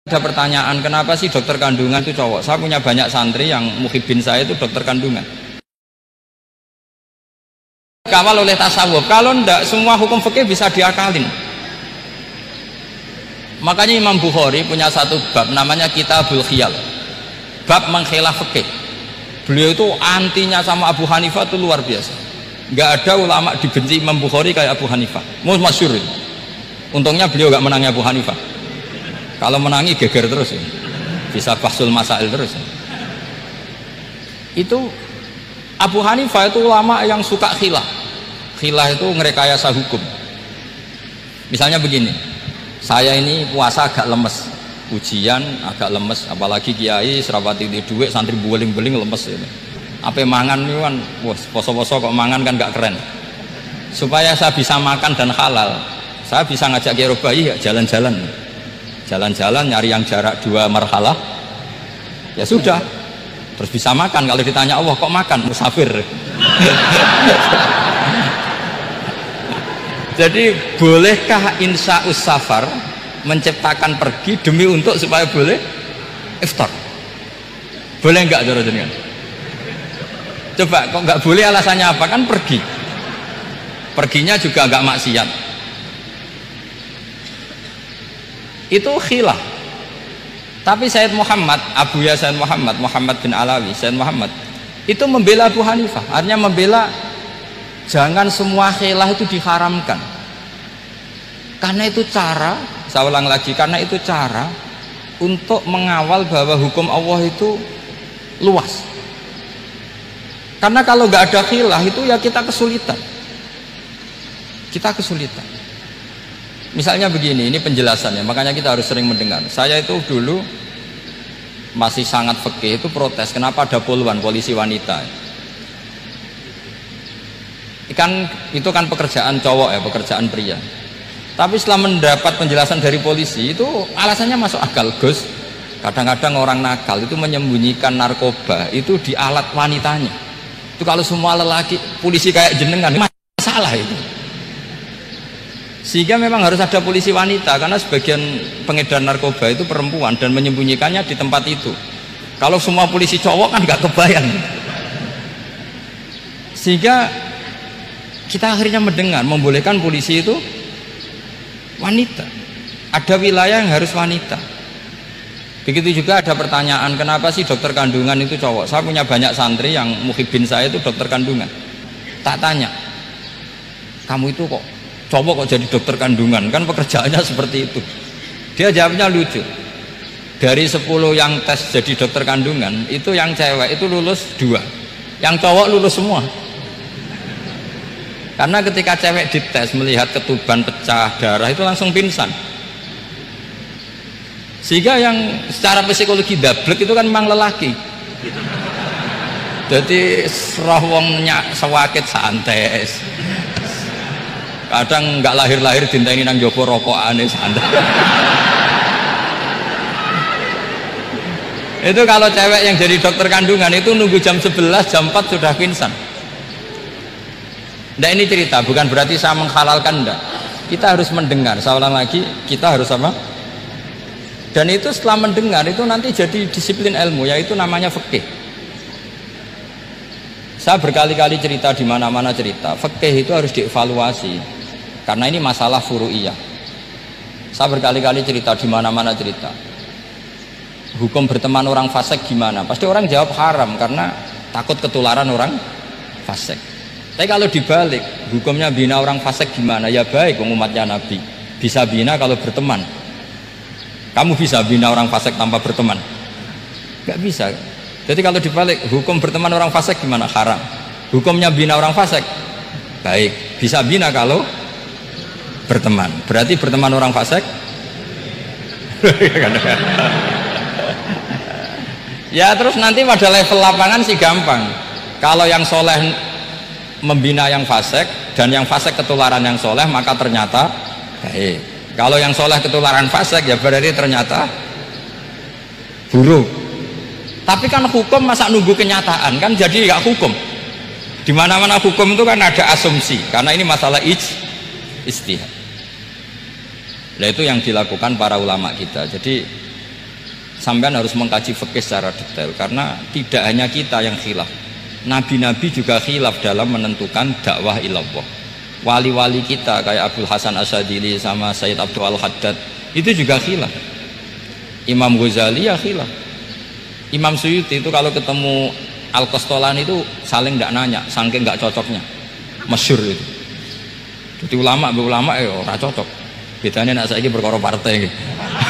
Ada pertanyaan, kenapa sih dokter kandungan itu cowok? Saya punya banyak santri yang muhibin saya itu dokter kandungan. Kawal oleh tasawuf. Kalau ndak, semua hukum fikih bisa diakalin. Makanya Imam Bukhari punya satu bab namanya Kitabul Khiyal, bab mengkhilaf fikih. Beliau itu antinya sama Abu Hanifah itu luar biasa. Nggak ada ulama dibenci Imam Bukhari kayak Abu Hanifah. Masyhur. Untungnya beliau nggak menangi Abu Hanifah. Kalau menangi geger terus ya. Bisa bahsul masail terus ya. Itu Abu Hanifah itu ulama yang suka khilah. Khilah itu ngerekayasa hukum. Misalnya begini, saya ini puasa agak lemes, ujian agak lemes, apalagi kiai serawati di duit, santri beling-beling lemes ini. Apa mangan ini kan, poso-poso kok mangan kan gak keren. Supaya saya bisa makan dan halal, saya bisa ngajak Kiai Robai ya jalan-jalan. Jalan-jalan nyari yang jarak 2 marhalah, ya sudah, terus bisa makan. Kalau ditanya Allah kok makan, musafir. Jadi bolehkah insya'us safar menciptakan pergi demi untuk supaya boleh iftar? Boleh enggak cara jenengan? Coba kok enggak boleh, alasannya apa? Kan pergi, perginya juga enggak maksiat. Itu khilaf. Tapi Sayyid Muhammad, Abuya Sayyid Muhammad, Muhammad bin Alawi, Sayyid Muhammad itu membela Abu Hanifah. Artinya membela jangan semua khilaf itu diharamkan. Karena itu cara, saya ulang lagi, karena itu cara untuk mengawal bahwa hukum Allah itu luas. Karena kalau nggak ada khilaf itu ya kita kesulitan. Kita kesulitan. Misalnya begini, ini penjelasannya, makanya kita harus sering mendengar. Saya itu dulu masih sangat fikih itu protes, kenapa ada poluan polisi wanita? Itu kan pekerjaan cowok ya, pekerjaan pria. Tapi setelah mendapat penjelasan dari polisi itu alasannya masuk akal, Gus. Kadang-kadang orang nakal itu menyembunyikan narkoba itu di alat wanitanya. Itu kalau semua lelaki polisi kayak jenengan masalah itu. Sehingga memang harus ada polisi wanita karena sebagian pengedar narkoba itu perempuan dan menyembunyikannya di tempat itu. Kalau semua polisi cowok kan nggak kebayang. Sehingga kita akhirnya mendengar membolehkan polisi itu wanita. Ada wilayah yang harus wanita. Begitu juga ada pertanyaan, kenapa sih dokter kandungan itu cowok? Saya punya banyak santri yang muhibin saya itu dokter kandungan. Tak tanya, kamu itu kok cowok kok jadi dokter kandungan, kan pekerjaannya seperti itu. Dia jawabnya lucu. Dari 10 yang tes jadi dokter kandungan itu yang cewek itu lulus 2, yang cowok lulus semua. Karena ketika cewek dites melihat ketuban pecah darah itu langsung pingsan. Sehingga yang secara psikologi dablek itu kan memang lelaki. Jadi roh wongnya sewakit santai. Kadang nggak lahir-lahir dinteni nang jopo rokokane santai. Itu kalau cewek yang jadi dokter kandungan itu nunggu jam 11, jam 4 sudah pingsan. Nah ini cerita, bukan berarti saya menghalalkan, enggak. Kita harus mendengar, saya ulang lagi, kita harus apa? Dan itu setelah mendengar itu nanti jadi disiplin ilmu, yaitu namanya fikih. Saya berkali-kali cerita di mana-mana cerita, fikih itu harus dievaluasi. Karena ini masalah furu'iyah. Saya berkali-kali cerita di mana-mana cerita. Hukum berteman orang fasik gimana? Pasti orang jawab haram karena takut ketularan orang fasik. Tapi kalau dibalik, hukumnya bina orang fasik gimana? Ya baik, umatnya Nabi bisa bina kalau berteman. Kamu bisa bina orang fasik tanpa berteman? Gak bisa. Jadi kalau dibalik, hukum berteman orang fasik gimana? Haram. Hukumnya bina orang fasik baik, bisa bina kalau berteman. Berarti berteman orang fasik. Ya terus nanti pada level lapangan sih gampang. Kalau yang soleh membina yang fasik dan yang fasik ketularan yang soleh, maka ternyata baik. Kalau yang soleh ketularan fasik ya berarti ternyata buruk. Tapi kan hukum masa nunggu kenyataan, kan jadi nggak hukum. Di mana-mana hukum itu kan ada asumsi, karena ini masalah ijtihad. Nah itu yang dilakukan para ulama kita. Jadi sampean harus mengkaji fikih secara detail karena tidak hanya kita yang khilaf. Nabi-nabi juga khilaf dalam menentukan dakwah ilallah. Wali-wali kita kayak Abdul Hasan Asyadili sama Sayyid Abdul Al-Haddad itu juga khilaf. Imam Ghazali ya khilaf. Imam Suyuti itu kalau ketemu Al-Qastolani itu saling tidak nanya, saking nggak cocoknya, masyhur itu. Jadi ulama ya ora cocok. Bedanya nak saiki perkara partai gitu.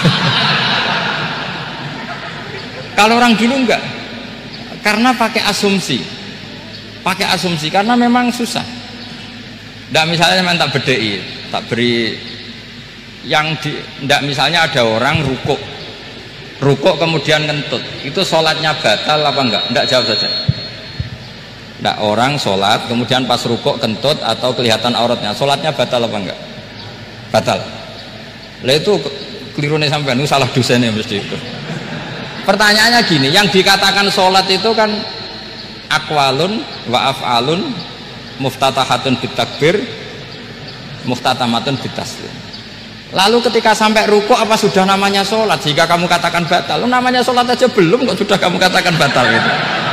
Kalau orang dulu enggak, karena pakai asumsi karena memang susah. Ndak misalnya memang tak bedai, tak beri yang ndak misalnya ada orang rukuk kemudian ngentut, itu sholatnya batal apa enggak? Enggak, jawab saja. Enggak, orang sholat kemudian pas rukuk kentut atau kelihatan auratnya, sholatnya batal apa enggak? Batal. Lah itu kelirunya sampean, itu salah dosennya mesti itu. Pertanyaannya gini, yang dikatakan sholat itu kan aqwalun wa af'alun muftatahatun bitakbir muftatamatun bitaslim. Lalu ketika sampai rukuk apa sudah namanya sholat? Jika kamu katakan batal, namanya sholat aja belum kok sudah kamu katakan batal gitu.